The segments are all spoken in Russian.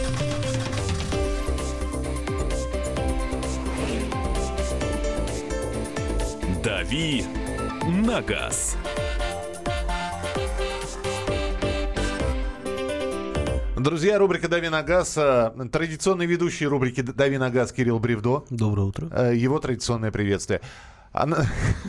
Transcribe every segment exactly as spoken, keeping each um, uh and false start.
«Дави на газ». Друзья, рубрика «Дави на газ». Традиционный ведущий рубрики «Дави на газ» Кирилл Бревдо. Доброе утро. Его традиционное приветствие. Она...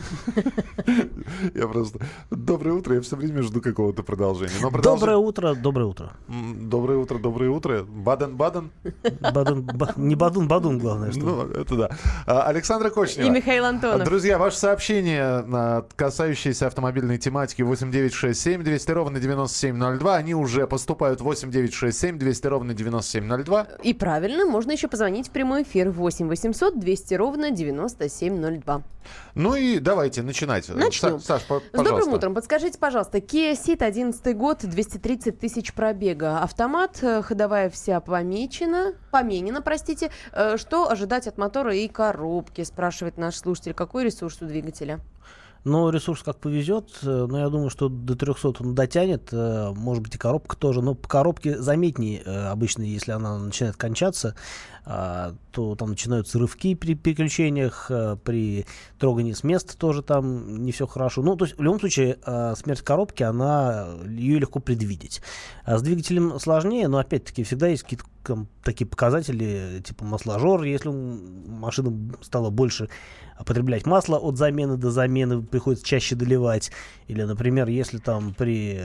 Я просто... Доброе утро, я все время жду какого-то продолжения. Но продолж... Доброе утро, доброе утро. Доброе утро, доброе утро. Баден-Баден? Баден, ба... Не Бадун-Бадун, главное. Что... Ну, это да. Александра Кочнева. И Михаил Антонов. Друзья, ваше сообщение, касающееся автомобильной тематики, восемь девятьсот шестьдесят семь двести ровно девяносто семь ноль два. Они уже поступают. восемь девятьсот шестьдесят семь двести ровно девяносто семь ноль два. И правильно, можно еще позвонить в прямой эфир восемь восемьсот двести ровно девяносто семь ноль два. Ну и давайте начинать. Начнем. Саш, пожалуйста. С добрым утром. Подскажите, пожалуйста, Kia Ceed, одиннадцатый год, двести тридцать тысяч пробега. Автомат, ходовая вся помечена, поменена, простите. Что ожидать от мотора и коробки, спрашивает наш слушатель. Какой ресурс у двигателя? Ну, ресурс как повезет, но я думаю, что до трехсот он дотянет, может быть и коробка тоже, но по коробке заметнее обычно, если она начинает кончаться, то там начинаются рывки при переключениях, при трогании с места тоже там не все хорошо. Ну, то есть в любом случае смерть коробки, она, ее легко предвидеть. А с двигателем сложнее, но опять-таки всегда есть какие-то такие показатели, типа масложор, если машина стала больше потреблять масло от замены до замены, приходится чаще доливать. Или, например, если там при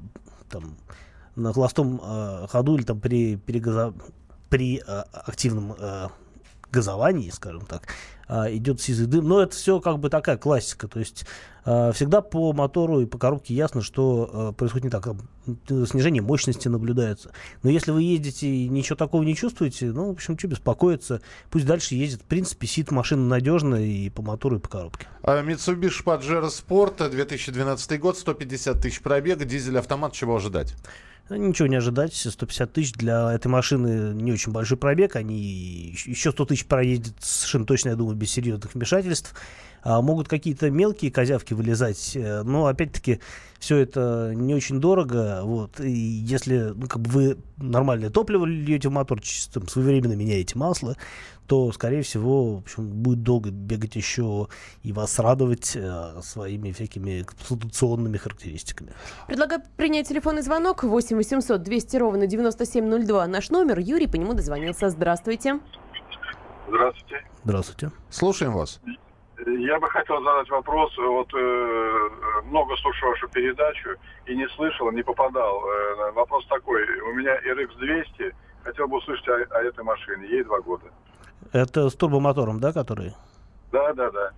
там, на холостом э, ходу или там при, перегаза... при э, активном э, газовании, скажем так, э, идет сизый дым. Но это все как бы такая классика. То есть э, всегда по мотору и по коробке ясно, что э, происходит не так. Снижение мощности наблюдается. Но если вы ездите и ничего такого не чувствуете, ну, в общем, что беспокоиться. Пусть дальше ездит. В принципе, Ceed машина надежная и по мотору, и по коробке. Mitsubishi Pajero Sport, две тысячи двенадцатый год, сто пятьдесят тысяч пробега, дизель-автомат, чего ожидать? Ничего не ожидать. сто пятьдесят тысяч для этой машины не очень большой пробег. Они еще сто тысяч проедет совершенно точно, я думаю, без серьезных вмешательств. А могут какие-то мелкие козявки вылезать, но опять-таки все это не очень дорого. Вот. И если ну, как бы вы нормальное топливо льете в мотор, чисто своевременно меняете масло, то, скорее всего, в общем, будет долго бегать еще и вас радовать э, своими всякими эксплуатационными характеристиками. Предлагаю принять телефонный звонок восемь восемьсот двести ровно девяносто семь ноль два. Наш номер. Юрий по нему дозвонится. Здравствуйте. Здравствуйте. Здравствуйте. Слушаем вас. Я бы хотел задать вопрос. Вот э, много слушал вашу передачу и не слышал, не попадал. Э, вопрос такой. У меня эр икс двести. Хотел бы услышать о, о этой машине. Ей два года. Это с турбомотором, да, который? Да, да, да.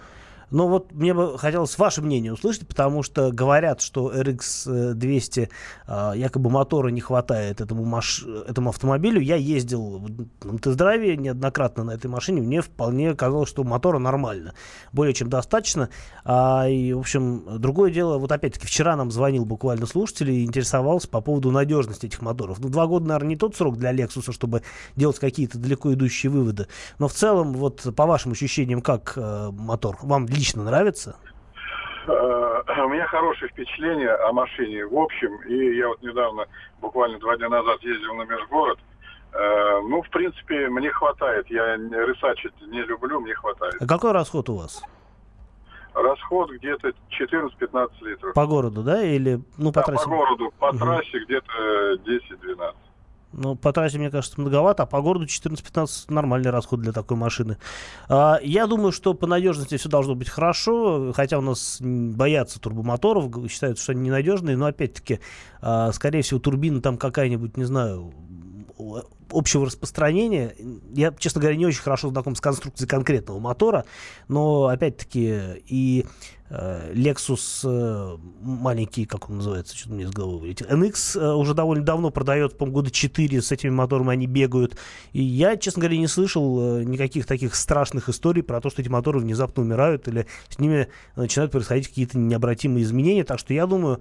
Ну вот мне бы хотелось ваше мнение услышать, потому что говорят, что эр икс двести э, якобы мотора не хватает этому, маш... этому автомобилю. Я ездил на тест-драйве неоднократно на этой машине, мне вполне казалось, что мотора нормально, более чем достаточно. А, и, в общем, другое дело, вот опять-таки вчера нам звонил буквально слушатель и интересовался по поводу надежности этих моторов. Ну, два года, наверное, не тот срок для Lexus, чтобы делать какие-то далеко идущие выводы. Но в целом, вот по вашим ощущениям, как э, мотор? Вам лично нравится? У меня хорошее впечатление о машине в общем. И я вот недавно, буквально два дня назад, ездил на межгород. Ну, в принципе, мне хватает. Я рысачить не люблю, мне хватает. А какой расход у вас? Расход где-то четырнадцать-пятнадцать литров. По городу, да? Или, ну, по да, трассе? По городу. По угу. трассе где-то десять-двенадцать. Ну, по трассе, мне кажется, многовато, а по городу четырнадцать-пятнадцать нормальный расход для такой машины. А, я думаю, что по надежности все должно быть хорошо, хотя у нас боятся турбомоторов, считают, что они ненадежные, но опять-таки, а, скорее всего, турбина там какая-нибудь, не знаю, общего распространения. Я, честно говоря, не очень хорошо знаком с конструкцией конкретного мотора, но, опять-таки, и э, Lexus э, маленький, как он называется, что-то мне с головы вылетело, эн икс э, уже довольно давно продает, по-моему, года четыре с этими моторами они бегают. И я, честно говоря, не слышал э, никаких таких страшных историй про то, что эти моторы внезапно умирают или с ними начинают происходить какие-то необратимые изменения. Так что я думаю,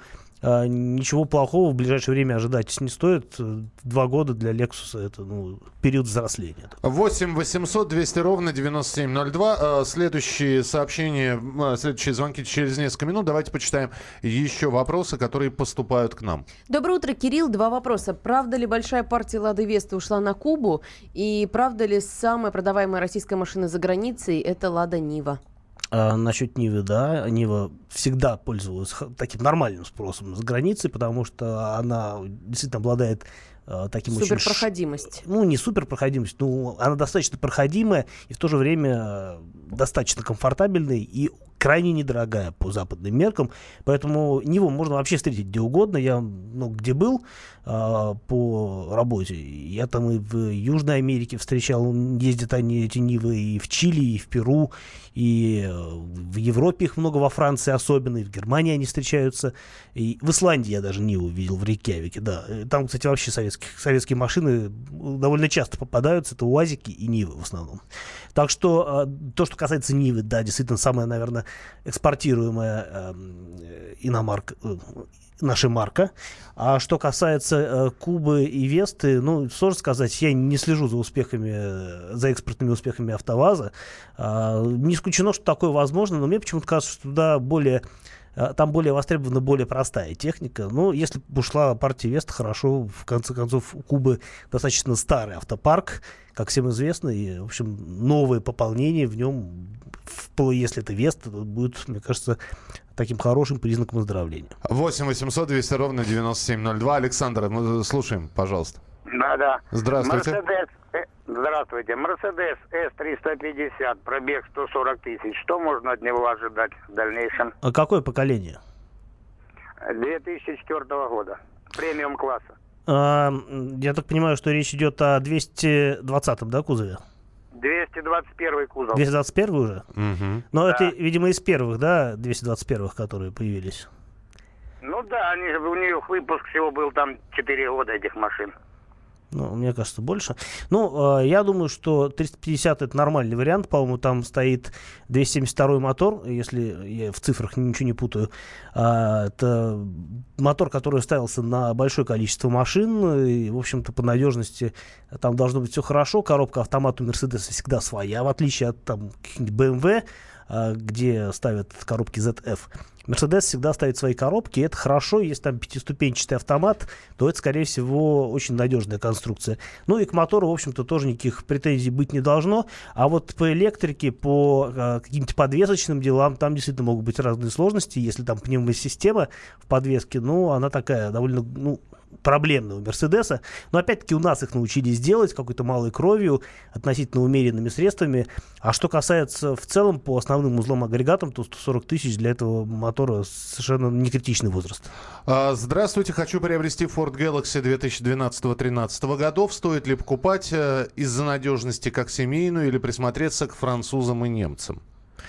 э, ничего плохого в ближайшее время ожидать не стоит. Два года для Lexus это ну, период взросления. восемь восемьсот двести ровно девяносто семь ноль два. Следующие сообщения, следующие звонки через несколько минут. Давайте почитаем еще вопросы, которые поступают к нам. Доброе утро, Кирилл. Два вопроса. Правда ли большая партия Лады Весты ушла на Кубу? И правда ли самая продаваемая российская машина за границей – это Лада Нива? А насчет Нивы, да, Нива всегда пользовалась таким нормальным спросом за границей, потому что она действительно обладает э, таким очень... Суперпроходимость. Ну, не суперпроходимость, но она достаточно проходимая и в то же время э, достаточно комфортабельная и крайне недорогая по западным меркам. Поэтому Ниву можно вообще встретить где угодно. Я ну, где был э, по работе. Я там и в Южной Америке встречал. Ездят они, эти Нивы, и в Чили, и в Перу, и в Европе их много, во Франции особенно, и в Германии они встречаются. И в Исландии я даже Ниву видел, в Рейкьявике, да. Там, кстати, вообще советские, советские машины довольно часто попадаются. Это УАЗики и Нивы в основном. Так что то, что касается Нивы, да, действительно, самая, наверное, экспортируемая э, иномарка, э, наша марка. А что касается э, Кубы и Весты, ну, сложно сказать, я не слежу за успехами, за экспортными успехами АвтоВАЗа. Э, не исключено, что такое возможно, но мне почему-то кажется, что туда более... Там более востребована, более простая техника. Но если бы ушла партия Веста, хорошо. В конце концов, у Кубы достаточно старый автопарк, как всем известно. И, в общем, новые пополнения в нем, если это Веста, будет, мне кажется, таким хорошим признаком выздоровления. восемь восемьсот двести ровно девяносто семь ноль два. Александр, мы слушаем, пожалуйста. Да, да. Здравствуйте. Мерседес, э, здравствуйте. Мерседес эс триста пятьдесят, пробег сто сорок тысяч. Что можно от него ожидать в дальнейшем? А какое поколение? две тысячи четвёртого года. Премиум класса. А, я так понимаю, что речь идет о двести двадцатом, да, кузове? двести двадцать первый кузов. двести двадцать первый уже? Угу. Но Да. это, видимо, из первых, да, двести двадцать первых, которые появились. Ну да, они, у них выпуск всего был там четыре года этих машин. Ну, мне кажется, больше. Ну, э, я думаю, что триста пятьдесят это нормальный вариант. По-моему, там стоит двести семьдесят второй мотор, если я в цифрах ничего не путаю. А, это мотор, который ставился на большое количество машин. И, в общем-то, по надежности там должно быть все хорошо. Коробка автомат у Мерседеса всегда своя, в отличие от там каких-нибудь бэ эм вэ, а, где ставят коробки зет эф. Мерседес всегда ставит свои коробки, и это хорошо. Если там пятиступенчатый автомат, то это, скорее всего, очень надежная конструкция. Ну и к мотору, в общем-то, тоже никаких претензий быть не должно. А вот по электрике, по э, каким-то подвесочным делам, там действительно могут быть разные сложности. Если там пневмосистема в подвеске, ну, она такая довольно, ну, проблемная у Мерседеса. Но опять-таки у нас их научились делать какой-то малой кровью, относительно умеренными средствами. А что касается в целом по основным узлам-агрегатам, то сто сорок тысяч для этого мотора совершенно не критичный возраст. А, здравствуйте, хочу приобрести Ford Galaxy две тысячи двенадцатого-тринадцатого годов. Стоит ли покупать э, из-за надежности как семейную или присмотреться к французам и немцам?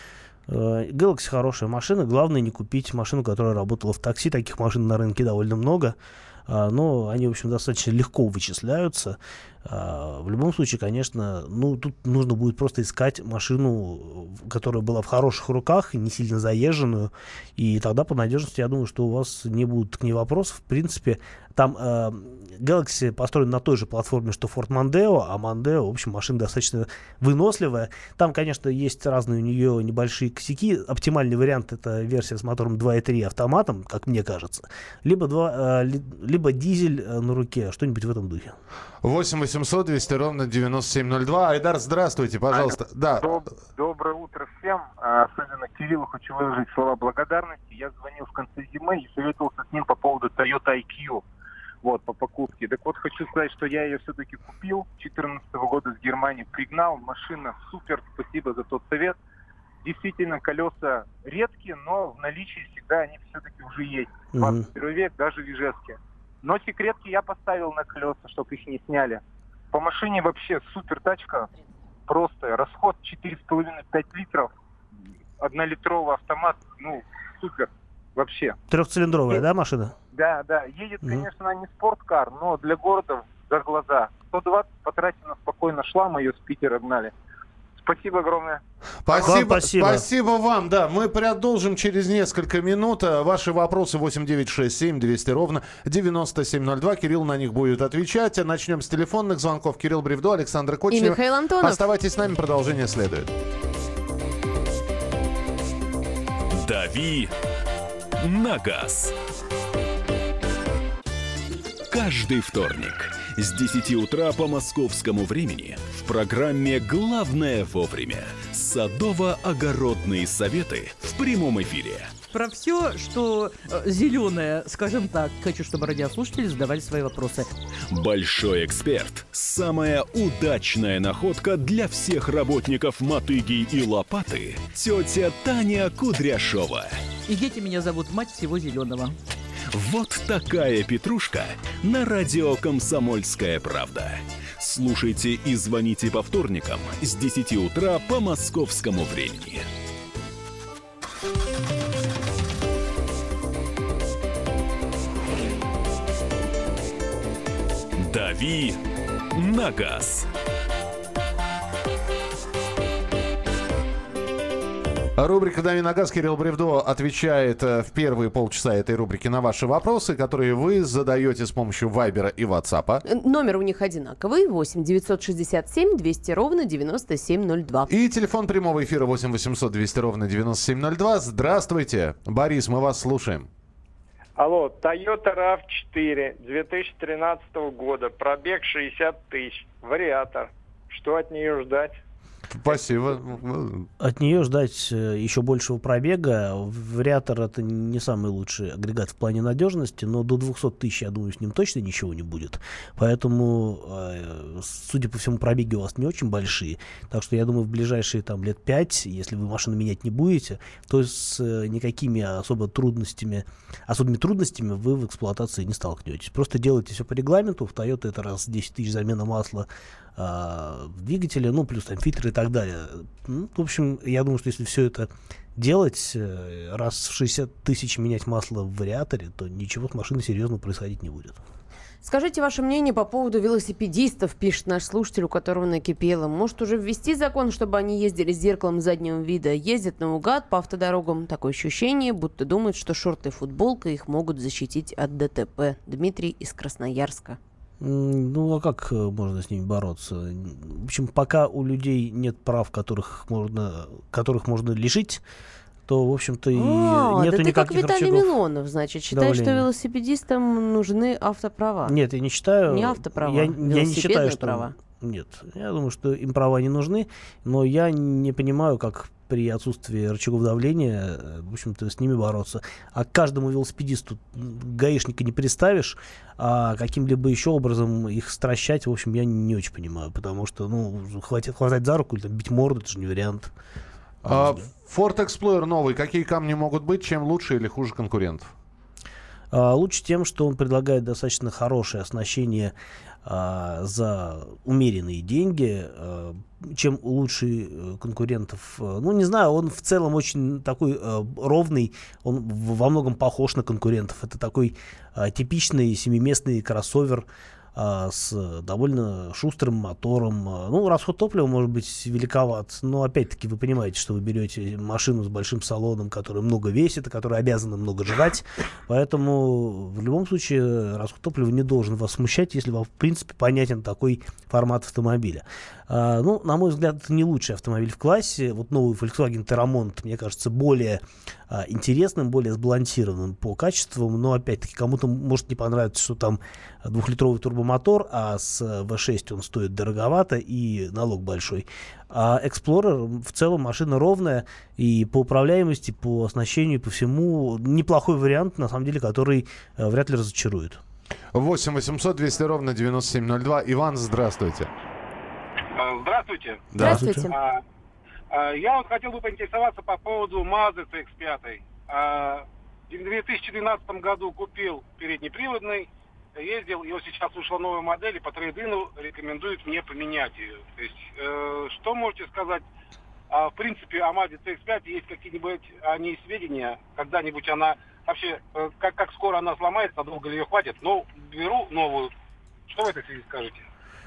Galaxy хорошая машина. Главное не купить машину, которая работала в такси. Таких машин на рынке довольно много. Но они, в общем, достаточно легко вычисляются. В любом случае, конечно, ну, тут нужно будет просто искать машину, которая была в хороших руках, не сильно заезженную. И тогда по надежности, я думаю, что у вас не будут к ней вопросов. В принципе, там э, Galaxy построен на той же платформе, что Ford Mondeo, а Mondeo, в общем, машина достаточно выносливая. Там, конечно, есть разные у нее небольшие косяки. Оптимальный вариант — это версия с мотором два и три автоматом, как мне кажется. Либо, два, э, ли, либо дизель э, на руке, что-нибудь в этом духе. восемь восемьсот двести ровно девяносто семь ноль два. Айдар, здравствуйте, пожалуйста. Да. Доб- Доброе утро всем. А, особенно Кириллу хочу выразить слова благодарности. Я звонил в конце зимы и советовался с ним по поводу Toyota ай кью. Вот, по покупке. Так вот, хочу сказать, что я ее все-таки купил. две тысячи четырнадцатого года с Германии пригнал. Машина супер. Спасибо за тот совет. Действительно, колеса редкие, но в наличии всегда они все-таки уже есть. двадцать первый век, даже в Ижевске. Но секретки я поставил на колеса, чтобы их не сняли. По машине вообще супер тачка. Просто расход четыре с половиной - пять литров. Однолитровый автомат. Ну, супер. Вообще. Трехцилиндровая, И... да, машина? Да, да. Едет, Mm-hmm. конечно, она не спорткар, но для города за глаза. сто двадцать потратил на спокойно шла, мы ее с Питера гнали. Спасибо огромное. Спасибо, Вам спасибо. спасибо вам. Да, мы продолжим через несколько минут. Ваши вопросы восемь девятьсот шестьдесят семь двести ровно девяносто семь ноль два. Кирилл на них будет отвечать. Начнем с телефонных звонков. Кирилл Бревдо, Александр И Кочнев. Михаил Антонов. Оставайтесь с нами, продолжение следует. «Дави на газ». Каждый вторник с десяти утра по московскому времени в программе «Главное вовремя» садово-огородные советы в прямом эфире. Про все, что э, зеленое, скажем так. Хочу, чтобы радиослушатели задавали свои вопросы. Большой эксперт. Самая удачная находка для всех работников мотыги и лопаты. Тетя Таня Кудряшова. И дети меня зовут мать всего зеленого. Вот такая петрушка на радио «Комсомольская правда». Слушайте и звоните по вторникам с десяти утра по московскому времени. «Дави на газ». Рубрика «Дави на газ». Кирилл Бревдо отвечает в первые полчаса этой рубрики на ваши вопросы, которые вы задаете с помощью Вайбера и Ватсапа. Номер у них одинаковый. восемь девятьсот шестьдесят семь двести ровно девяносто семь ноль два. И телефон прямого эфира восемь восемьсот двести ровно девяносто семь ноль два. Здравствуйте. Борис, мы вас слушаем. Алло, Toyota рав четыре две тысячи тринадцатого года, пробег шестьдесят тысяч, вариатор. Что от нее ждать? Спасибо. От нее ждать э, еще большего пробега. Вариатор — это не самый лучший агрегат в плане надежности, но до двухсот тысяч, я думаю, с ним точно ничего не будет. Поэтому, э, судя по всему, пробеги у вас не очень большие. Так что я думаю, в ближайшие там, лет пять, если вы машину менять не будете, то с э, никакими особо трудностями, особыми трудностями вы в эксплуатации не столкнетесь. Просто делайте все по регламенту. В Toyota это раз в десять тысяч замена масла в двигателе, ну, плюс там фильтры и так далее. Ну, в общем, я думаю, что если все это делать, раз в шестьдесят тысяч менять масло в вариаторе, то ничего с машиной серьезного происходить не будет. Скажите ваше мнение по поводу велосипедистов, пишет наш слушатель, у которого накипело. Может уже ввести закон, чтобы они ездили с зеркалом заднего вида? Ездят наугад по автодорогам. Такое ощущение, будто думают, что шорты и футболка их могут защитить от ДТП. Дмитрий из Красноярска. Ну, а как можно с ними бороться? В общем, пока у людей нет прав, которых можно, которых можно лишить, то, в общем-то, и а, нету да ты как никаких Виталий рычагов Милонов, значит, считаешь, что давления. велосипедистам нужны автоправа? Нет, я не считаю. Не автоправа, я, я не считаю, что права. Нет, я думаю, что им права не нужны, но я не понимаю, как при отсутствии рычагов давления, в общем-то, с ними бороться. А к каждому велосипедисту гаишника не приставишь, а каким-либо еще образом их стращать, в общем, я не очень понимаю, потому что, ну, хватит хватать за руку или там, бить морду, это же не вариант. А, Ford Explorer новый. Какие камни могут быть? Чем лучше или хуже конкурентов? А, лучше тем, что он предлагает достаточно хорошее оснащение а, за умеренные деньги, а, чем у лучших конкурентов. Ну, не знаю, он в целом очень такой а, ровный, он во многом похож на конкурентов. Это такой а, типичный семиместный кроссовер а, с довольно шустрым мотором. Ну, расход топлива может быть великоват, но опять-таки вы понимаете, что вы берете машину с большим салоном, которая много весит, и которая обязана много жрать, поэтому в любом случае расход топлива не должен вас смущать, если вам в принципе понятен такой формат автомобиля. А, ну, на мой взгляд, это не лучший автомобиль в классе. Вот новый Volkswagen Terramont, мне кажется, более а, интересным, более сбалансированным по качествам, но опять-таки кому-то может не понравиться, что там двухлитровый турбомотор, а с ви шесть он стоит дороговато и налог большой. А Explorer в целом машина ровная и по управляемости, по оснащению, по всему неплохой вариант, на самом деле, который а, вряд ли разочарует. восемь восемьсот двести ровно девяносто семь ноль два. Иван, здравствуйте. Здравствуйте. Здравствуйте. А, а, я вот хотел бы поинтересоваться по поводу Mazda си икс пять. А, в две тысячи двенадцатом году купил переднеприводный, ездил, и вот сейчас вышла новая модель, и по трейд-ину рекомендуют мне поменять ее. То есть, э, что можете сказать, а, в принципе, о Mazda си икс пять? Есть какие-нибудь о ней сведения? Когда-нибудь она, вообще, э, как, как скоро она сломается, надолго ли ее хватит? Но беру новую. Что в этой связи скажете?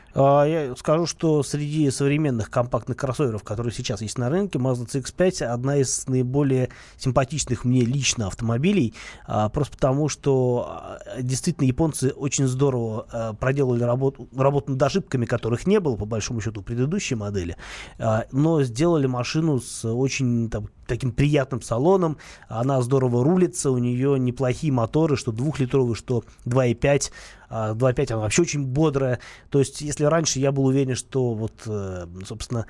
Я скажу, что среди современных компактных кроссоверов, которые сейчас есть на рынке, Mazda си икс пять одна из наиболее симпатичных мне лично автомобилей, просто потому, что действительно японцы очень здорово проделали работу, работу над ошибками, которых не было, по большому счету, в предыдущей модели, но сделали машину с очень там, таким приятным салоном, она здорово рулится, у нее неплохие моторы, что двухлитровый, что два и пять. два и пять она вообще очень бодрая. То есть, если раньше я был уверен, что вот, собственно,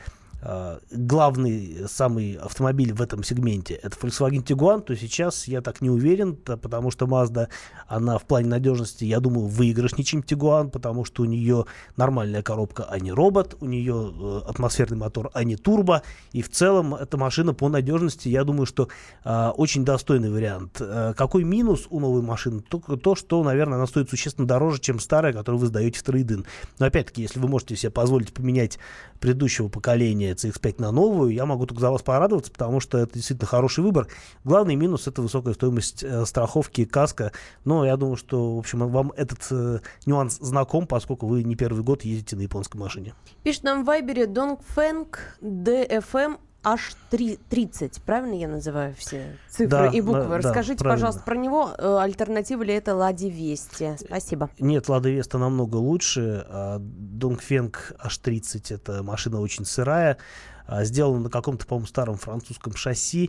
главный самый автомобиль в этом сегменте это Volkswagen Tiguan, то сейчас я так не уверен, потому что Mazda, она в плане надежности, я думаю, выигрышнее, чем Tiguan, потому что у нее нормальная коробка, а не робот, у нее атмосферный мотор, а не турбо, и в целом эта машина по надежности, я думаю, что э, очень достойный вариант. Э, какой минус у новой машины? Только то, что, наверное, она стоит существенно дороже, чем старая, которую вы сдаете в трейд-ин. Но опять-таки, если вы можете себе позволить поменять предыдущего поколения си икс пять на новую, я могу только за вас порадоваться, потому что это действительно хороший выбор. Главный минус — это высокая стоимость э, страховки, каска. Но я думаю, что, в общем, вам этот э, нюанс знаком, поскольку вы не первый год ездите на японской машине. Пишет нам в Вайбере Dongfeng ди эф эм эйч тридцать. Правильно я называю все цифры да, и буквы? Да, Расскажите, правильно. Пожалуйста, про него. Альтернатива ли это Ладе Весте? Спасибо. Нет, Лада Веста намного лучше. Dongfeng эйч тридцать — это машина очень сырая, сделана на каком-то, по-моему, старом французском шасси,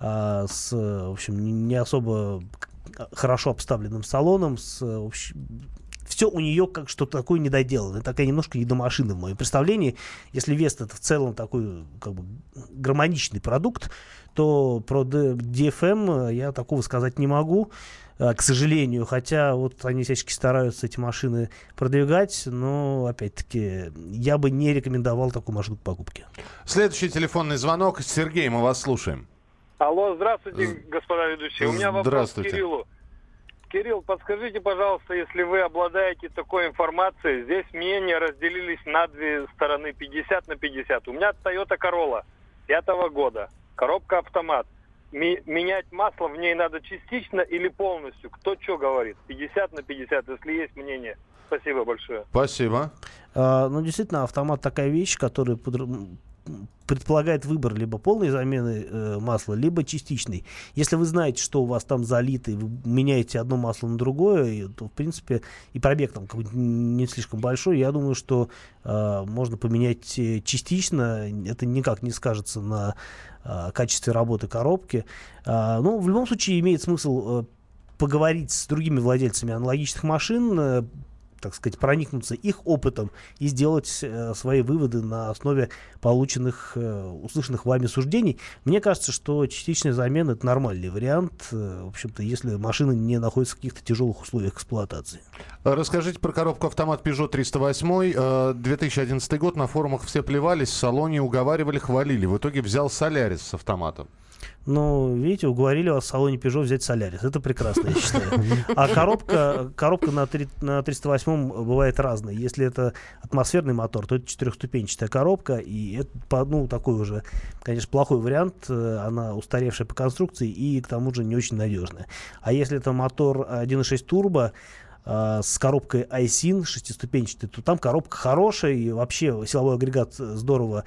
с, в общем, не особо хорошо обставленным салоном, с, в общем, все у нее как что-то такое недоделанное, такая немножко недомашина в моем представлении. Если Веста — это в целом такой как бы гармоничный продукт, то про ди эф эм я такого сказать не могу, к сожалению, хотя вот они всячески стараются эти машины продвигать, но, опять-таки, я бы не рекомендовал такую машину к покупке. Следующий телефонный звонок. Сергей, мы вас слушаем. Алло, здравствуйте, господа ведущие. У меня вопрос к Кириллу. Кирилл, подскажите, пожалуйста, если вы обладаете такой информацией, здесь мнения разделились на две стороны, пятьдесят на пятьдесят. У меня Toyota Corolla пятого года, коробка автомат. Ми- менять масло в ней надо частично или полностью? Кто что говорит? пятьдесят на пятьдесят, если есть мнение. Спасибо большое. Спасибо. А, ну, действительно, автомат такая вещь, которая под... предполагает выбор либо полной замены э, масла, либо частичной. Если вы знаете, что у вас там залито, и вы меняете одно масло на другое, и, то, в принципе, и пробег там не слишком большой, я думаю, что э, можно поменять частично. Это никак не скажется на э, качестве работы коробки. Э, но в любом случае имеет смысл э, поговорить с другими владельцами аналогичных машин, э, так сказать, проникнуться их опытом и сделать э, свои выводы на основе полученных, э, услышанных вами суждений. Мне кажется, что частичная замена — это нормальный вариант, э, в общем-то, если машина не находится в каких-то тяжелых условиях эксплуатации. Расскажите про коробку автомат Peugeot триста восемь. Э, две тысячи одиннадцатый год. На форумах все плевались, в салоне уговаривали, хвалили. В итоге взял Солярис с автоматом. Ну, видите, уговорили вас в салоне Peugeot взять Солярис. Это прекрасно, я считаю. А коробка, коробка на, три, на триста восемь бывает разная. Если это атмосферный мотор, то это четырехступенчатая коробка. И это, ну, такой уже, конечно, плохой вариант. Она устаревшая по конструкции и, к тому же, не очень надежная. А если это мотор один и шесть турбо, с коробкой айсин шестиступенчатой, то там коробка хорошая, и вообще силовой агрегат здорово,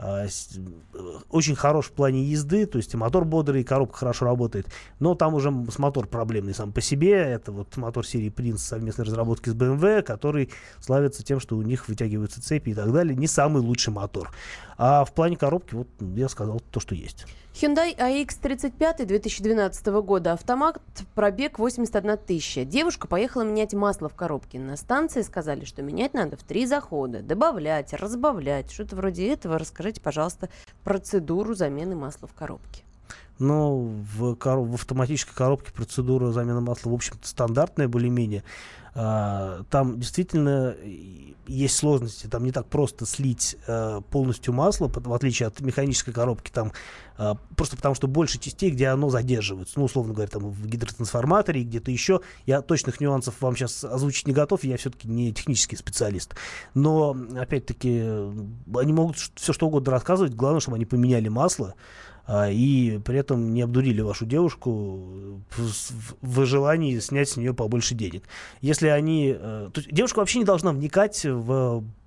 очень хорош в плане езды, то есть и мотор бодрый, и коробка хорошо работает, но там уже с мотор проблемный сам по себе. Это вот мотор серии Prince совместной разработки с бэ эм вэ, который славится тем, что у них вытягиваются цепи и так далее. Не самый лучший мотор. А в плане коробки, вот я сказал то, что есть. Hyundai эй икс тридцать пять две тысячи двенадцатого года. Автомат, пробег восемьдесят одна тысяча. Девушка поехала менять масло в коробке. На станции сказали, что менять надо в три захода. Добавлять, разбавлять. Что-то вроде этого. Расскажите, пожалуйста, процедуру замены масла в коробке. Ну, в, короб... в автоматической коробке процедура замены масла, в общем-то, стандартная более-менее. А, там действительно есть сложности. Там не так просто слить а, полностью масло, в отличие от механической коробки. Там а, просто потому, что больше частей, где оно задерживается. Ну, условно говоря, там в гидротрансформаторе, где-то еще. Я точных нюансов вам сейчас озвучить не готов. Я все-таки не технический специалист. Но, опять-таки, они могут все что угодно рассказывать. Главное, чтобы они поменяли масло и при этом не обдурили вашу девушку в желании снять с нее побольше денег. Если они... То есть девушка вообще не должна вникать в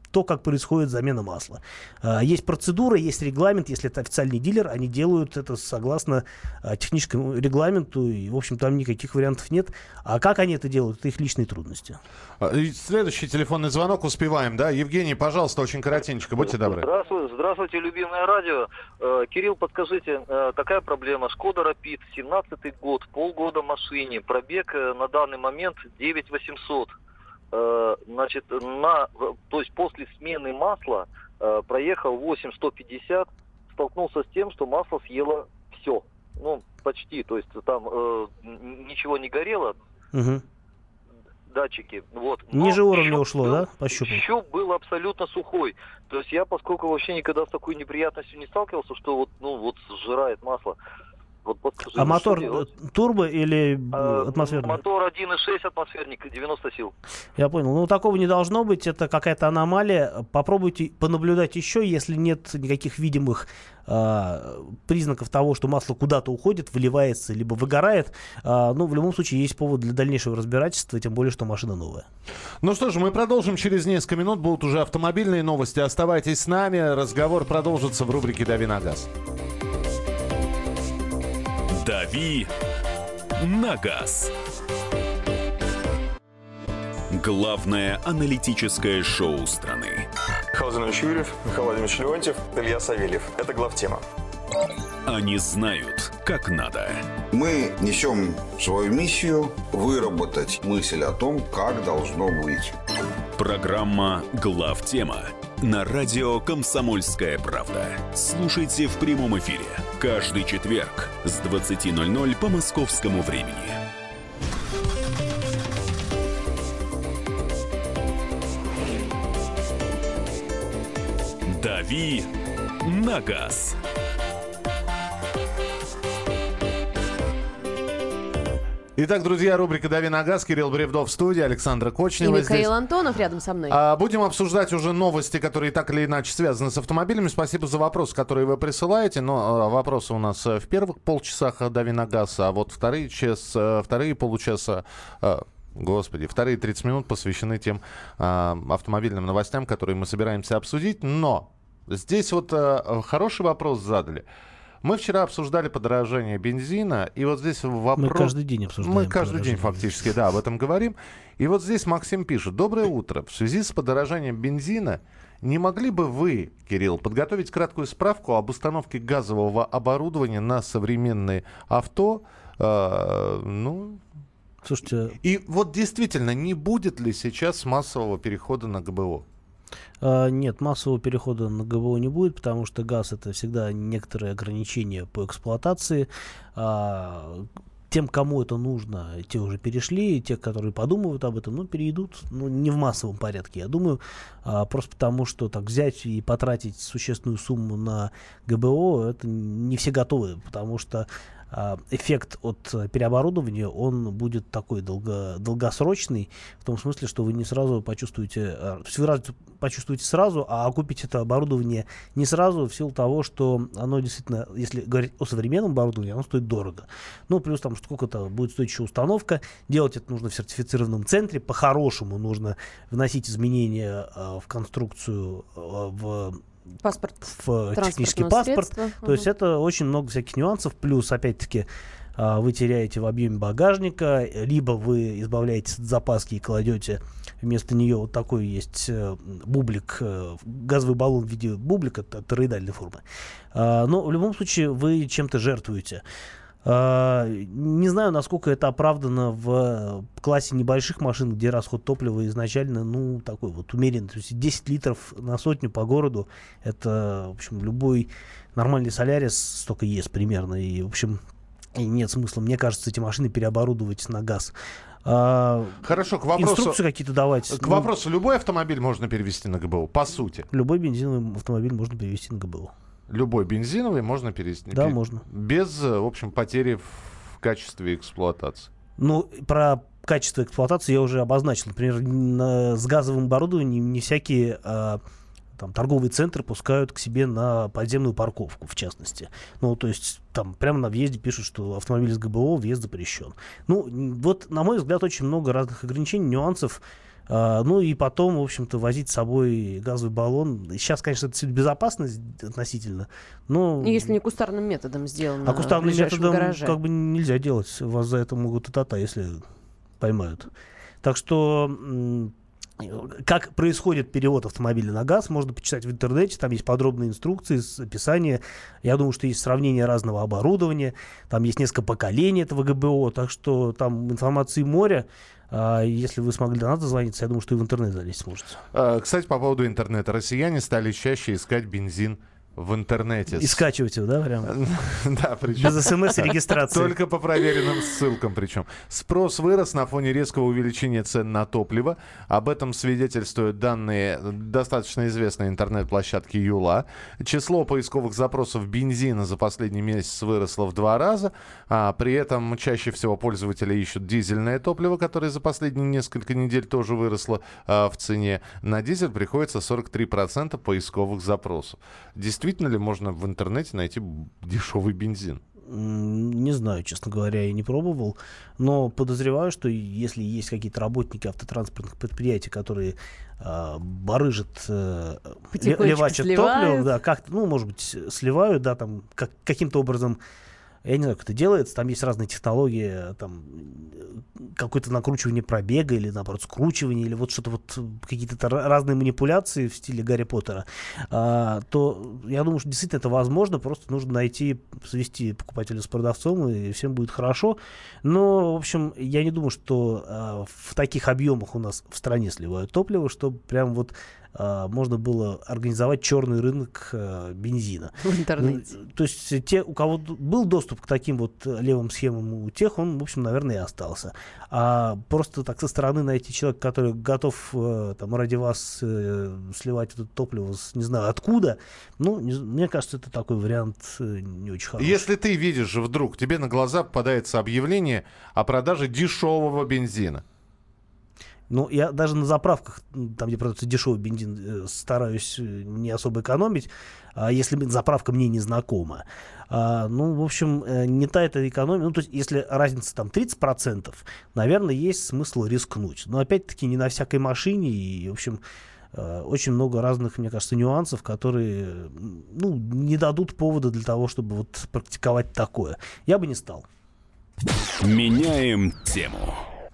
то, как происходит замена масла. А, есть процедура, есть регламент. Если это официальный дилер, они делают это согласно а, техническому регламенту. И, в общем, там никаких вариантов нет. А как они это делают, это их личные трудности. Следующий телефонный звонок успеваем, да? Евгений, пожалуйста, очень коротенько, будьте добры. Здравствуйте, здравствуйте, любимое радио. Э, Кирилл, подскажите, э, такая проблема. Шкода Рапид, семнадцатый год, полгода машине, пробег э, на данный момент девять тысяч восемьсот. Э, значит, на, то есть после смены масла э, проехал восемь тысяч сто пятьдесят, столкнулся с тем, что масло съело все. Ну, почти, то есть там э, ничего не горело. Угу. Датчики. Вот. Ниже уровня щуп ушло, был, да? Пощупал. Щуп был абсолютно сухой. То есть я, поскольку вообще никогда с такой неприятностью не сталкивался, что вот, ну, вот сжирает масло. Вот, подскажи, а мотор турбо или а, атмосферный? Мотор один и шесть атмосферник, девяносто сил. Я понял. Ну, такого не должно быть. Это какая-то аномалия. Попробуйте понаблюдать еще, если нет никаких видимых э, признаков того, что масло куда-то уходит, выливается, либо выгорает. Э, ну, в любом случае, есть повод для дальнейшего разбирательства, тем более, что машина новая. Ну что ж, мы продолжим через несколько минут. Будут уже автомобильные новости. Оставайтесь с нами. Разговор продолжится в рубрике «Дави на газ». «Дави на газ». Главное аналитическое шоу страны. Михаил Владимирович Юрьев, Михаил Владимирович Леонтьев, Илья Савельев. Это главтема. Они знают, как надо. Мы несем свою миссию выработать мысль о том, как должно быть. Программа «Главтема» на радио «Комсомольская правда». Слушайте в прямом эфире каждый четверг с двадцати ноль-ноль по московскому времени. «Дави на газ». Итак, друзья, рубрика «Дави на газ». Кирилл Бревдов в студии, Александра Кочнева и Михаил здесь. Антонов рядом со мной. А, будем обсуждать уже новости, которые так или иначе связаны с автомобилями. Спасибо за вопросы, которые вы присылаете. Но а, вопросы у нас в первых полчасах «Дави на газ», а вот вторые, час, вторые полчаса... А, Господи, вторые тридцать минут посвящены тем а, автомобильным новостям, которые мы собираемся обсудить. Но здесь вот а, хороший вопрос задали. Мы вчера обсуждали подорожание бензина, и вот здесь вопрос... Мы каждый день обсуждаем. Мы каждый день фактически, да, об этом говорим. И вот здесь Максим пишет. Доброе утро. В связи с подорожанием бензина не могли бы вы, Кирилл, подготовить краткую справку об установке газового оборудования на современные авто? Э, ну... Слушайте... И вот действительно, не будет ли сейчас массового перехода на ГБО? Uh, нет, массового перехода на ГБО не будет, потому что газ — это всегда некоторые ограничения по эксплуатации. Uh, тем, кому это нужно, те уже перешли, и те, которые подумывают об этом, ну, перейдут, ну, не в массовом порядке, я думаю, uh, просто потому что так взять и потратить существенную сумму на ГБО, это не все готовы, потому что эффект от переоборудования, он будет такой долго, долгосрочный, в том смысле, что вы не сразу почувствуете, то есть вы раз, почувствуете сразу, а окупите это оборудование не сразу в силу того, что оно действительно, если говорить о современном оборудовании, оно стоит дорого. Ну, плюс там сколько-то будет стоить еще установка, делать это нужно в сертифицированном центре, по-хорошему нужно вносить изменения э, в конструкцию, э, в паспорт, в технический паспорт. То угу. есть это очень много всяких нюансов. Плюс, опять-таки, вы теряете в объеме багажника, либо вы избавляетесь от запаски и кладете вместо нее вот такой есть бублик, газовый баллон в виде бублика тороидальной формы. Но в любом случае вы чем-то жертвуете. Не знаю, насколько это оправдано в классе небольших машин, где расход топлива изначально, ну, такой вот умеренный. То есть десять литров на сотню по городу, это, в общем, любой нормальный Солярис столько ест примерно. И, в общем, и нет смысла, мне кажется, эти машины переоборудовать на газ. Хорошо, к вопросу... Инструкции какие-то давать. К вопросу, ну, любой автомобиль можно перевести на ГБО, по сути? Любой бензиновый автомобиль можно перевести на ГБО. Любой бензиновый можно перевести? Да, пер... можно. Без, в общем, потери в качестве эксплуатации? Ну, про качество эксплуатации я уже обозначил. Например, на, с газовым оборудованием не всякие а, там, торговые центры пускают к себе на подземную парковку, в частности. Ну, то есть там прямо на въезде пишут, что автомобиль с ГБО въезд запрещен. Ну, вот, на мой взгляд, очень много разных ограничений, нюансов. А, ну и потом, в общем-то, возить с собой газовый баллон. Сейчас, конечно, это безопасно относительно, но... Если не кустарным методом сделано. А кустарным методом гараже. Как бы нельзя делать. Вас за это могут и тата, если поймают. Так что... Как происходит перевод автомобиля на газ, можно почитать в интернете. Там есть подробные инструкции, описание. Я думаю, что есть сравнение разного оборудования. Там есть несколько поколений этого ГБО. Так что там информации море. А если вы смогли до нас дозвониться, я думаю, что и в интернет залезть сможете. Кстати, по поводу интернета. Россияне стали чаще искать бензин в интернете. И скачивать его, да, прям? Да, причем. Без смс и регистрации. Только по проверенным ссылкам причем. Спрос вырос на фоне резкого увеличения цен на топливо. Об этом свидетельствуют данные достаточно известной интернет-площадки Юла. Число поисковых запросов бензина за последний месяц выросло в два раза. А при этом чаще всего пользователи ищут дизельное топливо, которое за последние несколько недель тоже выросло а, в цене. На дизель приходится сорок три процента поисковых запросов. Действительно, Действительно ли можно в интернете найти дешевый бензин? Не знаю, честно говоря, я не пробовал. Но подозреваю, что если есть какие-то работники автотранспортных предприятий, которые э, барыжат, э, левачат топливо, да, как-то, ну, может быть, сливают, да, там, как, каким-то образом. Я не знаю, как это делается. Там есть разные технологии, там какое-то накручивание пробега или, наоборот, скручивание, или вот что-то вот, какие-то разные манипуляции в стиле Гарри Поттера. А, то я думаю, что действительно это возможно. Просто нужно найти, свести покупателя с продавцом, и всем будет хорошо. Но, в общем, я не думаю, что а, в таких объемах у нас в стране сливают топливо, чтобы прям вот можно было организовать черный рынок э, бензина. В интернете. Ну, то есть те, у кого был доступ к таким вот левым схемам, у тех он, в общем, наверное, и остался. А просто так со стороны найти человека, который готов э, там, ради вас э, сливать это топливо с, не знаю, откуда, ну, не, мне кажется, это такой вариант э, не очень хороший. Если ты видишь вдруг, тебе на глаза попадается объявление о продаже дешевого бензина. Ну, я даже на заправках, там, где продается дешевый бензин, стараюсь не особо экономить, а если заправка мне не знакома. А, ну, в общем, не та эта экономия. Ну, то есть, если разница там тридцать процентов, наверное, есть смысл рискнуть. Но, опять-таки, не на всякой машине. И, в общем, очень много разных, мне кажется, нюансов, которые, ну, не дадут повода для того, чтобы вот практиковать такое. Я бы не стал. Меняем тему.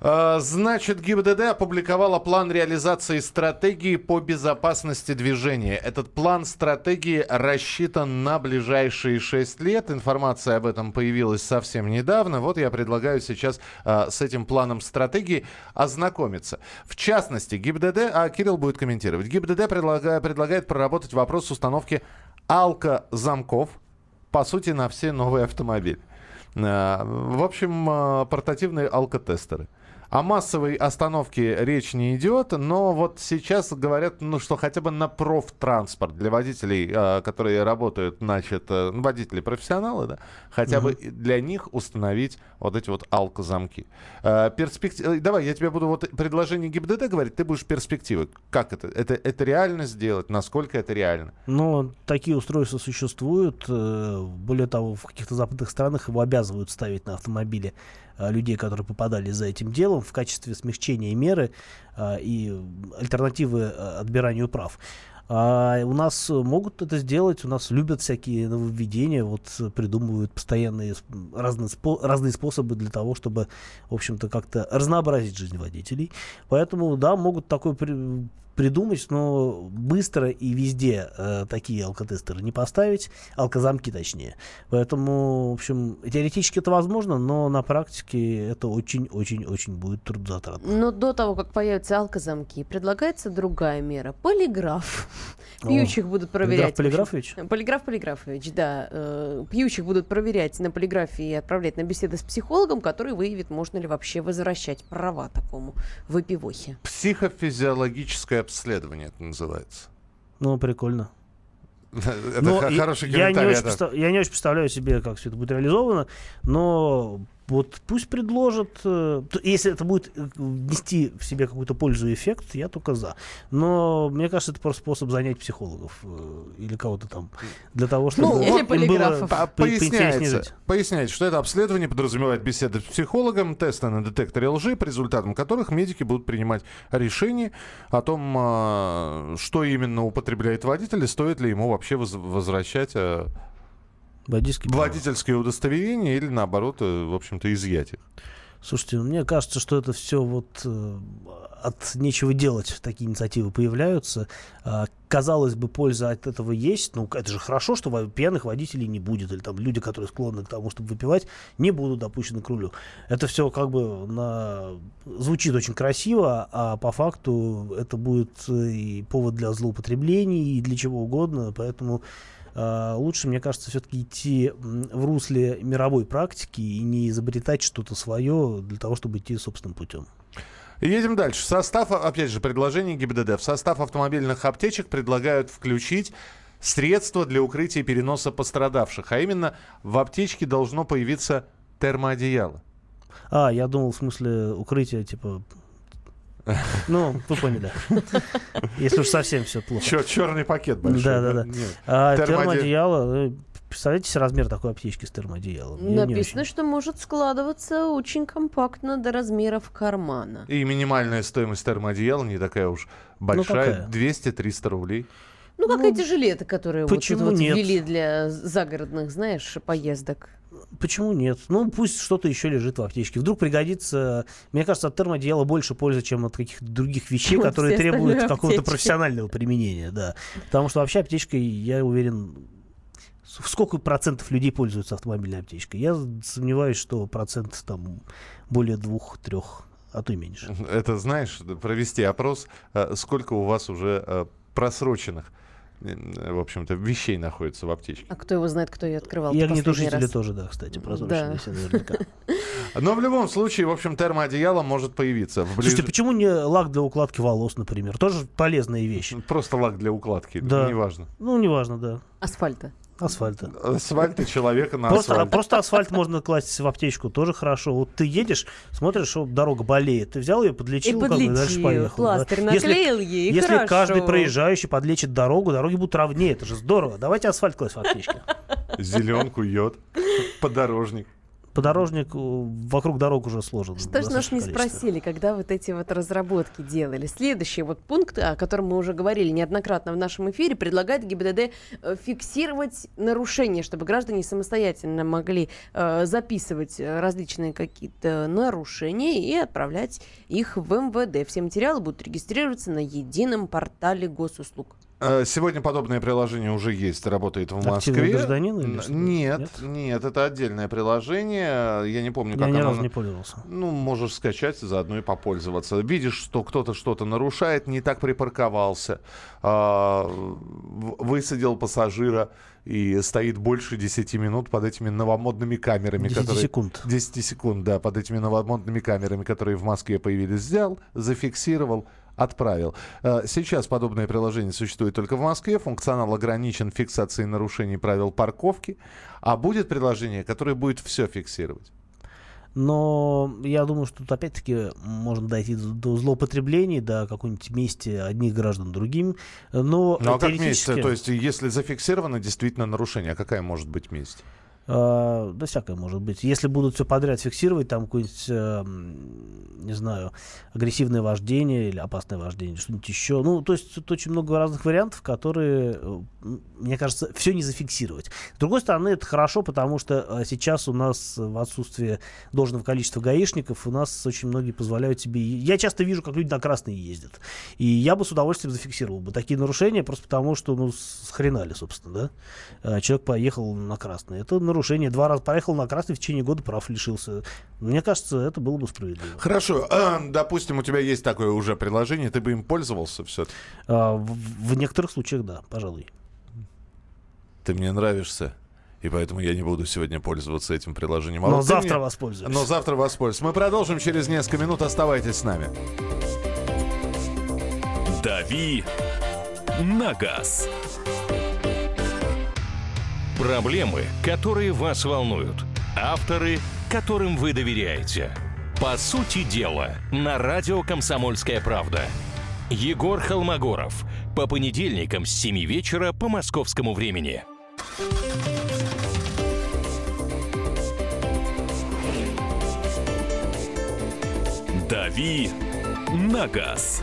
Значит, ГИБДД опубликовала план реализации стратегии по безопасности движения. Этот план стратегии рассчитан на ближайшие шесть лет. Информация об этом появилась совсем недавно. Вот я предлагаю сейчас а, с этим планом стратегии ознакомиться. В частности, ГИБДД, а Кирилл будет комментировать, ГИБДД предлагает, предлагает проработать вопрос установки алкозамков, по сути, на все новые автомобили. А, в общем, а, портативные алкотестеры. О массовой остановке речь не идет, но вот сейчас говорят, ну, что хотя бы на профтранспорт для водителей, э, которые работают, значит, э, водители-профессионалы, да, хотя угу. бы для них установить вот эти вот алкозамки. Э, перспектив... Давай, я тебе буду вот предложение ГИБДД говорить, ты будешь перспективы. Как это? Это, это реально сделать? Насколько это реально? Ну, такие устройства существуют. Более того, в каких-то западных странах его обязывают ставить на автомобили людей, которые попадали за этим делом, в качестве смягчения меры а, и альтернативы а, отбиранию прав. А у нас могут это сделать, у нас любят всякие нововведения, вот придумывают постоянные разные, спо- разные способы для того, чтобы, в общем-то, как-то разнообразить жизнь водителей. Поэтому, да, могут такой при- придумать, но быстро и везде э, такие алкотестеры не поставить, алкозамки точнее. Поэтому, в общем, теоретически это возможно, но на практике это очень-очень-очень будет трудозатратно. Но до того, как появятся алкозамки, предлагается другая мера – полиграф. Пьющих будут проверять. Полиграф Полиграфович? Полиграф Полиграфович, да. Э, пьющих будут проверять на полиграфе и отправлять на беседы с психологом, который выявит, можно ли вообще возвращать права такому выпивохе. Психофизиологическое обследование это называется. Ну, прикольно. Это но х- хороший я, комментарий. я, не очень я не очень представляю себе, как все это будет реализовано, но Вот пусть предложат, если это будет нести в себе какую-то пользу и эффект, я только за. Но мне кажется, это просто способ занять психологов или кого-то там для того, чтобы ну, им было по- поясняется, поясняется, что это обследование подразумевает беседы с психологом, тесты на детекторе лжи, по результатам которых медики будут принимать решение о том, что именно употребляет водитель и стоит ли ему вообще воз- возвращать Водительские, водительские удостоверения или, наоборот, в общем-то, изъять их. Слушайте, мне кажется, что это все вот э, от нечего делать такие инициативы появляются. Э, казалось бы, польза от этого есть. Ну, это же хорошо, что пьяных водителей не будет. Или там люди, которые склонны к тому, чтобы выпивать, не будут допущены к рулю. Это все как бы на... звучит очень красиво, а по факту это будет и повод для злоупотреблений, и для чего угодно. Поэтому... лучше, мне кажется, все-таки идти в русле мировой практики и не изобретать что-то свое для того, чтобы идти собственным путем. Едем дальше. В состав, опять же, предложение ГИБДД. В состав автомобильных аптечек предлагают включить средства для укрытия и переноса пострадавших. А именно, в аптечке должно появиться термоодеяло. А, я думал, в смысле укрытия, типа... Ну, вы поняли. Если уж совсем все плохо. Чер- черный пакет большой. Да, да, да. А, термоодеяло. Представляете себе размер такой аптечки с термоодеялом? Я Написано, что может складываться очень компактно до размеров кармана. И минимальная стоимость термоодеяла не такая уж большая. Ну, двести-триста рублей. Ну, как ну, эти жилеты, которые вот, почему вот нет? ввели для загородных, знаешь, поездок. Почему нет? Ну, пусть что-то еще лежит в аптечке. Вдруг пригодится... Мне кажется, от термоодеяла больше пользы, чем от каких-то других вещей, Вот которые все требуют остальные какого-то аптечки. профессионального применения. Да. Потому что вообще аптечкой, я уверен... В сколько процентов людей пользуются автомобильной аптечкой? Я сомневаюсь, что процент там более двух-трех, а то и меньше. Это, знаешь, провести опрос, э, сколько у вас уже э, просроченных, э, в общем-то, вещей находится в аптечке. А кто его знает, кто ее открывал? И в последний огнетушители раз? тоже, да, кстати, прозрачные все наверняка. Но в любом случае, в общем, термоодеяло может появиться. В ближ... Слушайте, почему не лак для укладки волос, например? Тоже полезная вещь. Просто лак для укладки, Да. неважно. Ну, неважно, да. Асфальта. Асфальта. Асфальт и человека на Просто, асфальт. просто асфальт можно класть в аптечку, тоже хорошо. Вот ты едешь, смотришь, что дорога болеет. Ты взял ее, подлечил, И как бы, подлечил, дальше поехал. пластырь да. наклеил если, ей, и Если хорошо. каждый проезжающий подлечит дорогу, дороги будут ровнее. Это же здорово. Давайте асфальт класть в аптечке. Зеленку, йод, подорожник. Подорожник вокруг дорог уже сложен. Что ж нас не спросили, когда вот эти вот разработки делали? Следующий вот пункт, о котором мы уже говорили неоднократно в нашем эфире, предлагает ГИБДД э, фиксировать нарушения, чтобы граждане самостоятельно могли э, записывать различные какие-то нарушения и отправлять их в эм вэ дэ. Все материалы будут регистрироваться на едином портале госуслуг. Сегодня подобное приложение уже есть, работает в Москве. Активный гражданин или что? Нет, нет, Нет? нет, это отдельное приложение. Я не помню, Я как ни оно... разу не пользовался. Ну, можешь скачать, заодно и попользоваться. Видишь, что кто-то что-то нарушает, не так припарковался, а, высадил пассажира и стоит больше десяти минут под этими новомодными камерами. десять которые... секунд. десять секунд, да, под этими новомодными камерами, которые в Москве появились. Взял, зафиксировал, отправил. Сейчас подобное приложение существует только в Москве. Функционал ограничен фиксацией нарушений правил парковки. А будет приложение, которое будет все фиксировать. Но я думаю, что тут опять-таки можно дойти до злоупотреблений, до какой-нибудь мести одних граждан другим. Но ну а как теоретически... месть? То есть если зафиксировано действительно нарушение, а какая может быть месть? Uh, да всякое может быть. Если будут все подряд фиксировать, там какое-нибудь, uh, не знаю, агрессивное вождение или опасное вождение, что-нибудь еще. Ну, то есть тут очень много разных вариантов, которые, uh, мне кажется, все не зафиксировать. С другой стороны, это хорошо, потому что uh, сейчас у нас в отсутствии должного количества гаишников, у нас очень многие позволяют себе... Я часто вижу, как люди на красные ездят. И я бы с удовольствием зафиксировал бы такие нарушения, просто потому что, ну, схренали, собственно, да. Uh, человек поехал на красный. Это нарушение. Два раза проехал на красный, в течение года прав лишился. Мне кажется, это было бы справедливо. Хорошо. А, допустим, у тебя есть такое уже приложение, ты бы им пользовался все-таки? А, в, в некоторых случаях, да, пожалуй. Ты мне нравишься, и поэтому я не буду сегодня пользоваться этим приложением. А Но вот завтра мне... воспользуюсь. Но завтра воспользуюсь. Мы продолжим через несколько минут. Оставайтесь с нами. Дави на газ. Проблемы, которые вас волнуют. Авторы, которым вы доверяете. По сути дела, на радио «Комсомольская правда». Егор Холмогоров. По понедельникам с семи вечера по московскому времени. «Дави на газ».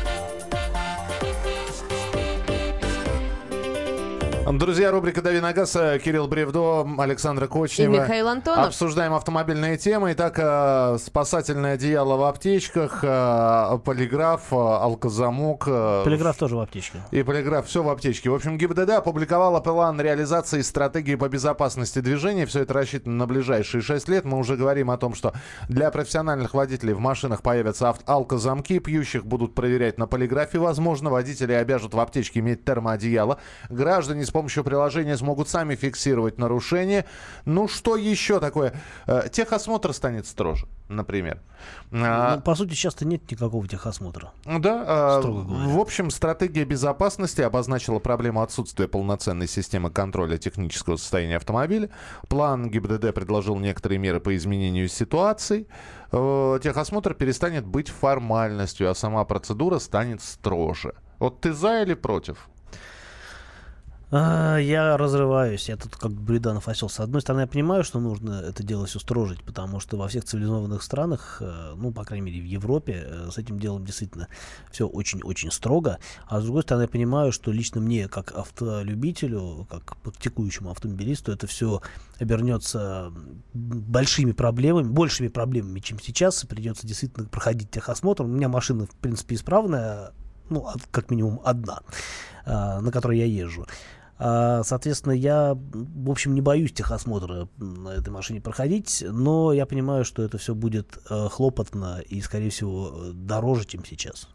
Друзья, рубрика «Дави на газ». Кирилл Бревдо, Александра Кочнева. И Михаил Антонов. Обсуждаем автомобильные темы. Итак, спасательное одеяло в аптечках, полиграф, алкозамок. Полиграф тоже в аптечке. И полиграф, все в аптечке. В общем, ГИБДД опубликовала план реализации стратегии по безопасности движения. Все это рассчитано на ближайшие шесть лет. Мы уже говорим о том, что для профессиональных водителей в машинах появятся авто- алкозамки. Пьющих будут проверять на полиграфе. Возможно, водители обяжут в аптечке иметь термоодеяло. Граждане с помощью приложения смогут сами фиксировать нарушения. Ну, что еще такое? Техосмотр станет строже, например. Ну, по сути, часто нет никакого техосмотра. Да. В общем, стратегия безопасности обозначила проблему отсутствия полноценной системы контроля технического состояния автомобиля. План ГИБДД предложил некоторые меры по изменению ситуации. Техосмотр перестанет быть формальностью, а сама процедура станет строже. Вот ты за или против? Я разрываюсь. Я тут как Бриданов осел. С одной стороны, я понимаю, что нужно это дело все строжить, потому что во всех цивилизованных странах, ну, по крайней мере, в Европе, с этим делом действительно все очень-очень строго. А с другой стороны, я понимаю, что лично мне, как автолюбителю, как практикующему автомобилисту, это все обернется большими проблемами, большими проблемами, чем сейчас. И придется действительно проходить техосмотр. У меня машина, в принципе, исправная, ну, как минимум одна, на которой я езжу. Соответственно, я, в общем, не боюсь техосмотра на этой машине проходить, но я понимаю, что это все будет хлопотно и, скорее всего, дороже, чем сейчас.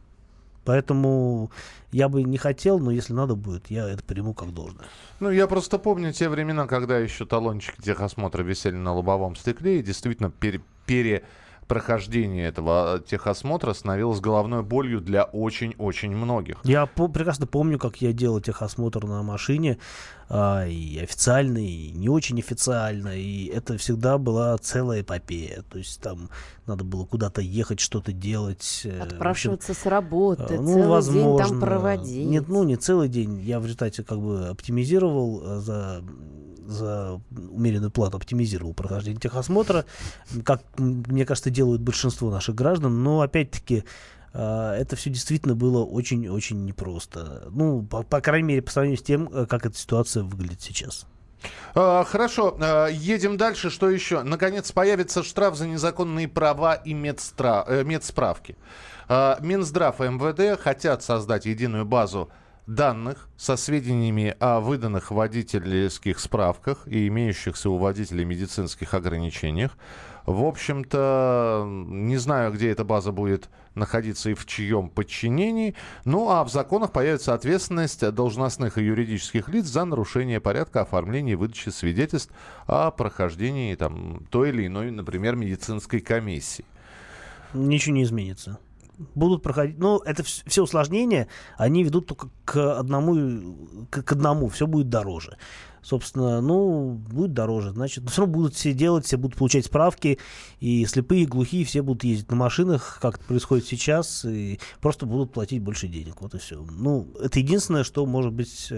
Поэтому я бы не хотел, но если надо будет, я это приму как должное. Ну, я просто помню те времена, когда еще талончики техосмотра висели на лобовом стекле, и действительно пере... пере... прохождение этого техосмотра становилось головной болью для очень-очень многих. Я по- прекрасно помню, как я делал техосмотр на машине, а, и официально, и не очень официально, и это всегда была целая эпопея. То есть там надо было куда-то ехать, что-то делать. Отпрашиваться общем, с работы, ну, целый возможно, день там проводить. Нет, ну не целый день. Я в результате как бы оптимизировал за... за умеренную плату оптимизировал прохождение техосмотра, как, мне кажется, делают большинство наших граждан, но, опять-таки, это все действительно было очень-очень непросто. Ну, по, по крайней мере, по сравнению с тем, как эта ситуация выглядит сейчас. Хорошо, едем дальше. Что еще? Наконец, появится штраф за незаконные права и медстра... медсправки. Минздрав и эм вэ дэ хотят создать единую базу данных со сведениями о выданных водительских справках и имеющихся у водителей медицинских ограничениях. В общем-то, не знаю, где эта база будет находиться и в чьем подчинении. Ну, а в законах появится ответственность должностных и юридических лиц за нарушение порядка оформления и выдачи свидетельств о прохождении там, той или иной, например, медицинской комиссии. Ничего не изменится. Будут проходить, но это все усложнения, они ведут только к одному, к, к одному, все будет дороже. Собственно, ну, будет дороже, значит, все равно будут все делать, все будут получать справки, и слепые, и глухие все будут ездить на машинах, как это происходит сейчас, и просто будут платить больше денег, вот и все. Ну, это единственное, что может быть,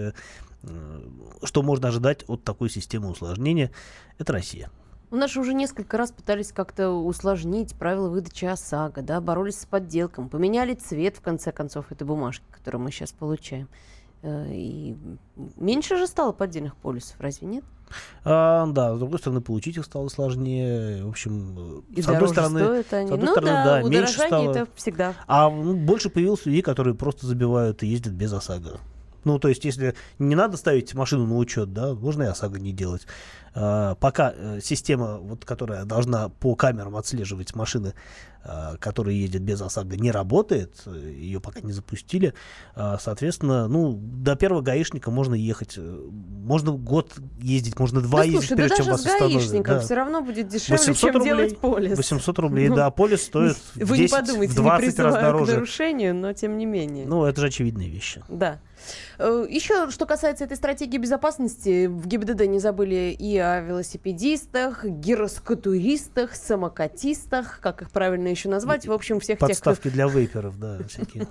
что можно ожидать от такой системы усложнения, это Россия. У нас же уже несколько раз пытались как-то усложнить правила выдачи ОСАГО, да, боролись с подделком, поменяли цвет, в конце концов, этой бумажки, которую мы сейчас получаем. И меньше же стало поддельных полисов, разве нет? А, да, с другой стороны, получить их стало сложнее. В общем, и с одной стороны, стоят они. С одной ну стороны, да, да, меньше стало. Это всегда. А ну, больше появилось людей, которые просто забивают и ездят без ОСАГО. Ну, то есть, если не надо ставить машину на учет, да, можно и ОСАГО не делать. А, пока э, система, вот, которая должна по камерам отслеживать машины, а, которые ездят без ОСАГО, не работает, ее пока не запустили. А, соответственно, ну, до первого гаишника можно ехать, можно год ездить, можно два ну, ездить, слушай, прежде да чем даже вас с гаишником установят. Да. Все равно будет дешевле, чем рублей, делать полис. восемьсот рублей, да, полис стоит в Вы десять, не подумайте, в двадцать не раз дороже. К нарушению, но тем не менее. Ну, это же очевидные вещи. Да. Еще, что касается этой стратегии безопасности, в ГИБДД не забыли и о велосипедистах, гироскутуристах, самокатистах, как их правильно еще назвать, в общем, всех Подставки тех, кто... для вейперов, да, всякие.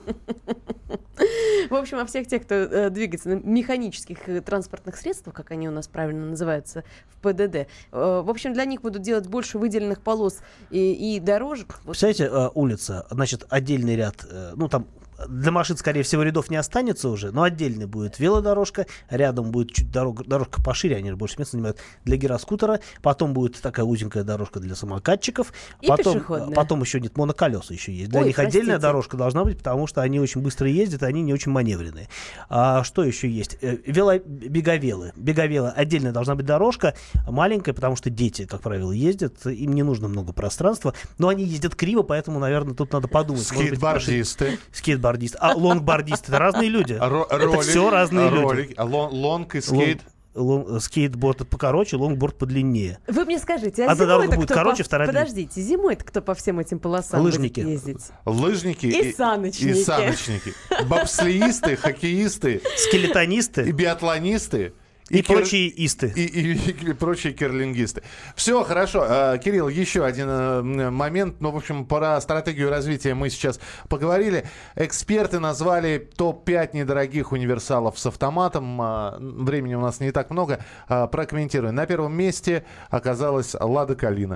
В общем, о всех тех, кто э, двигается на механических э, транспортных средствах, как они у нас правильно называются в ПДД. Э, в общем, для них будут делать больше выделенных полос и, и дорожек. Представляете, э, улица, значит, отдельный ряд, э, ну там для машин, скорее всего, рядов не останется уже, но отдельно будет велодорожка, рядом будет чуть дорога, дорожка пошире, они больше места занимают, для гироскутера, потом будет такая узенькая дорожка для самокатчиков, и потом, потом еще нет, моноколеса еще есть. Для Ой, них простите. Отдельная дорожка должна быть, потому что они очень быстро ездят, и они не очень маневренные. А что еще есть? Вело, беговелы. Беговелы. Отдельная должна быть дорожка, маленькая, потому что дети, как правило, ездят, им не нужно много пространства, но они ездят криво, поэтому, наверное, тут надо подумать. Скейтбордисты. Скейтбордисты. А лонгбордисты — это разные люди. Ро- это ролик, все разные ролик, люди. А лон- лонг и скейт? Лон- лон- скейтборд покороче, лонгборд подлиннее. Вы мне скажите, а Одна дорога будет кто короче, по... вторая длиннее. Подождите, зимой-то кто по всем этим полосам Лыжники. будет ездить? Лыжники и, и саночники. И саночники. Бобслеисты, хоккеисты. Скелетонисты. И биатлонисты. И, и кир... прочие исты. И, и, и, и прочие кирлингисты. Все, хорошо. А, Кирилл, еще один а, момент. Ну, в общем, про стратегию развития мы сейчас поговорили. Эксперты назвали топ пять недорогих универсалов с автоматом. А, времени у нас не так много. А, прокомментирую. На первом месте оказалась Лада Калина.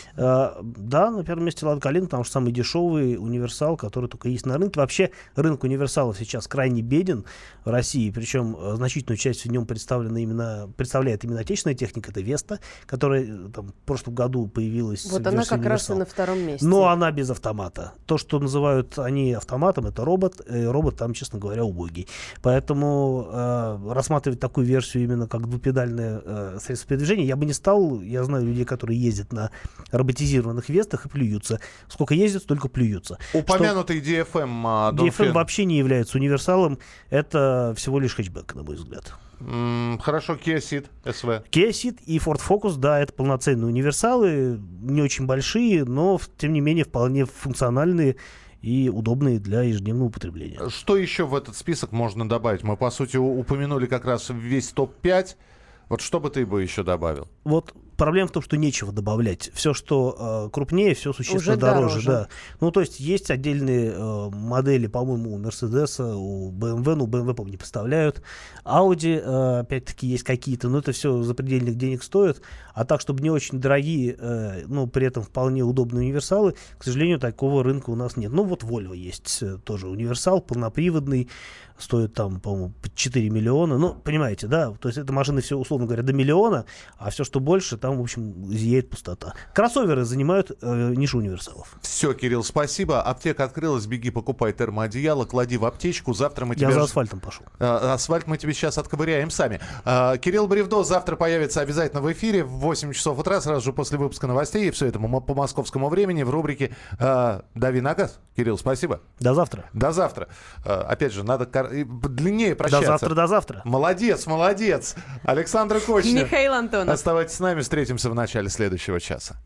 А, да, на первом месте Лада Калина, потому что самый дешевый универсал, который только есть на рынке. Вообще, рынок универсалов сейчас крайне беден в России. Причем значительную часть в нем представлена именно, представляет именно отечественная техника, это Веста, которая там, в прошлом году появилась. Вот она как раз и на втором месте. Но она без автомата. То, что называют они автоматом, это робот. Э, робот там, честно говоря, убогий. Поэтому э, рассматривать такую версию именно как двупедальное э, средство передвижения я бы не стал. Я знаю людей, которые ездят на роботизированных Вестах и плюются. Сколько ездят, столько плюются. Упомянутый ди эф эм. А, ди эф эм вообще не является универсалом. Это всего лишь хэтчбэк, на мой взгляд. Mm, хорошо, Kia Ceed эс ви. Kia Ceed и Ford Focus, да, это полноценные универсалы, не очень большие, но, тем не менее, вполне функциональные и удобные для ежедневного употребления. Что еще в этот список можно добавить? Мы, по сути, упомянули как раз весь топ пять. Вот что бы ты бы еще добавил? Вот проблема в том, что нечего добавлять. Все, что э, крупнее, все существенно уже дороже. дороже. Да. Ну, то есть есть отдельные э, модели, по-моему, у Мерседеса, у бэ эм вэ, ну, бэ эм вэ, по-моему, не поставляют. Audi, э, опять-таки, есть какие-то, но это все запредельных денег стоит. А так, чтобы не очень дорогие, э, но при этом вполне удобные универсалы, к сожалению, такого рынка у нас нет. Ну, вот Volvo есть э, тоже универсал, полноприводный, стоит там, по-моему, четыре миллиона. Ну, понимаете, да? То есть это машины все, условно говоря, до миллиона, а все, что больше, там, в общем, зияет пустота. Кроссоверы занимают э, нишу универсалов. Все, Кирилл, спасибо. Аптека открылась, беги, покупай термоодеяло, клади в аптечку. Завтра мы Я тебя... за асфальтом пошел. А, асфальт мы тебе сейчас отковыряем сами. А, Кирилл Бревдо завтра появится обязательно в эфире в восемь часов утра, сразу же после выпуска новостей. И все это по московскому времени в рубрике а, «Дави на газ». Кирилл, спасибо. До завтра. До завтра. А, опять же, надо кор... длиннее прощаться. До завтра, до завтра. Молодец, молодец. Александр Кочнев. Михаил Антонов. Оставайтесь с нами, встретимся в начале следующего часа.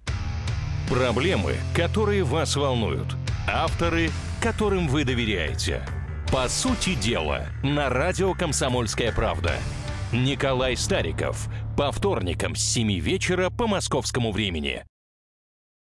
Проблемы, которые вас волнуют. Авторы, которым вы доверяете. По сути дела, на радио «Комсомольская правда». Николай Стариков. По вторникам с семи вечера по московскому времени.